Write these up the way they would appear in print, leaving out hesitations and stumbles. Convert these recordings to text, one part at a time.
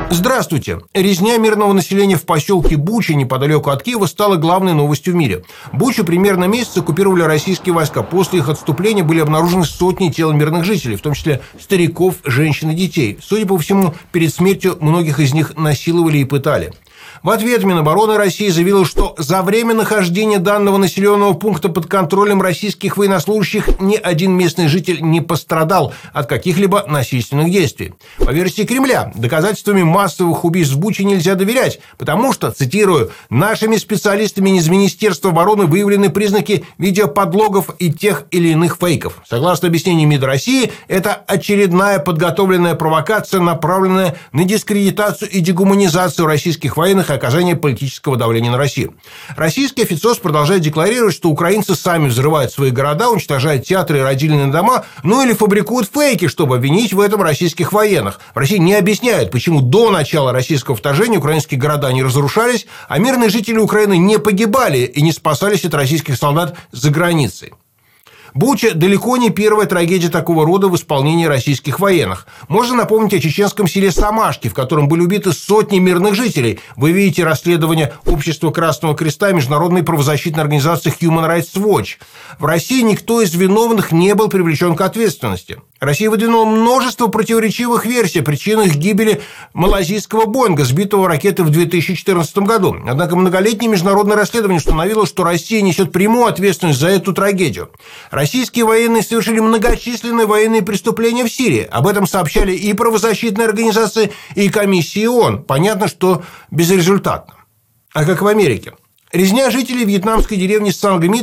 Здравствуйте. Резня мирного населения в поселке Буча неподалеку от Киева стала главной новостью в мире. Бучу примерно месяц оккупировали российские войска. После их отступления были обнаружены сотни тел мирных жителей, в том числе стариков, женщин и детей. Судя по всему, перед смертью многих из них насиловали и пытали. В ответ Минобороны России заявила, что за время нахождения данного населенного пункта под контролем российских военнослужащих ни один местный житель не пострадал от каких-либо насильственных действий. По версии Кремля, доказательствами массовых убийств в Буче нельзя доверять, потому что, цитирую, «нашими специалистами из Министерства обороны выявлены признаки видеоподлогов и тех или иных фейков». Согласно объяснению МИД России, это очередная подготовленная провокация, направленная на дискредитацию и дегуманизацию российских военных и оказание политического давления на Россию. Российский официоз продолжает декларировать, что украинцы сами взрывают свои города, уничтожают театры и родильные дома, ну или фабрикуют фейки, чтобы обвинить в этом российских военных. В России не объясняют, почему до начала российского вторжения украинские города не разрушались, а мирные жители Украины не погибали и не спасались от российских солдат за границей. Буча – далеко не первая трагедия такого рода в исполнении российских военных. Можно напомнить о чеченском селе Самашки, в котором были убиты сотни мирных жителей. Вы видите расследование Общества Красного Креста и международной правозащитной организации Human Rights Watch. В России никто из виновных не был привлечен к ответственности. Россия выдвинула множество противоречивых версий о причинах гибели малайзийского Боинга, сбитого ракетой в 2014 году. Однако многолетнее международное расследование установило, что Россия несет прямую ответственность за эту трагедию. Российские военные совершили многочисленные военные преступления в Сирии. Об этом сообщали и правозащитные организации, и комиссии ООН. Понятно, что безрезультатно. А как в Америке? Резня жителей вьетнамской деревни Сангми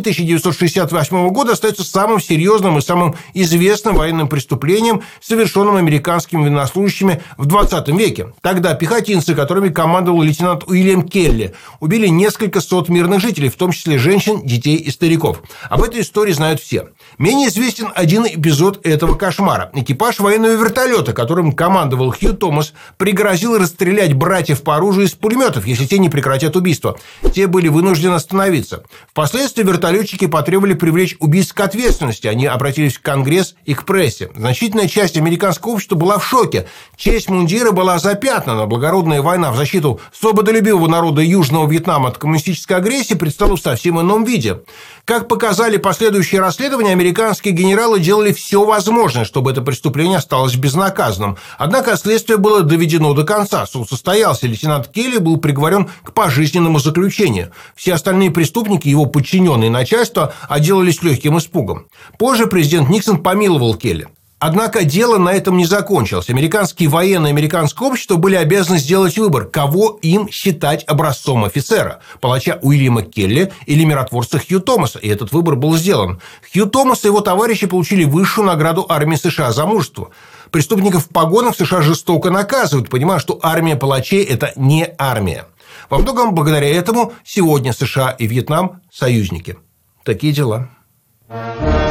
1968 года остается самым серьезным и самым известным военным преступлением, совершенным американскими военнослужащими в 20 веке. Тогда пехотинцы, которыми командовал лейтенант Уильям Келли, убили несколько сот мирных жителей, в том числе женщин, детей и стариков. Об этой истории знают все. Менее известен один эпизод этого кошмара. Экипаж военного вертолета, которым командовал Хью Томас, пригрозил расстрелять братьев по оружию из пулеметов, если те не прекратят убийство. Те были вынуждены остановиться. Впоследствии вертолетчики потребовали привлечь убийц к ответственности. Они обратились в Конгресс и к прессе. Значительная часть американского общества была в шоке. Честь мундира была запятнана. Благородная война в защиту свободолюбивого народа Южного Вьетнама от коммунистической агрессии предстала в совсем ином виде. Как показали последующие расследования, американские генералы делали все возможное, чтобы это преступление осталось безнаказанным. Однако следствие было доведено до конца. Суд состоялся. Лейтенант Келли был приговорен к пожизненному заключению. Все остальные преступники, его подчиненные начальства, отделались легким испугом. Позже президент Никсон помиловал Келли. Однако дело на этом не закончилось. Американские военные и американское общество были обязаны сделать выбор, кого им считать образцом офицера – палача Уильяма Келли или миротворца Хью Томаса, и этот выбор был сделан. Хью Томас и его товарищи получили высшую награду армии США за мужество. Преступников в погонах США жестоко наказывают, понимая, что армия палачей – это не армия. Во многом благодаря этому сегодня США и Вьетнам – союзники. Такие дела.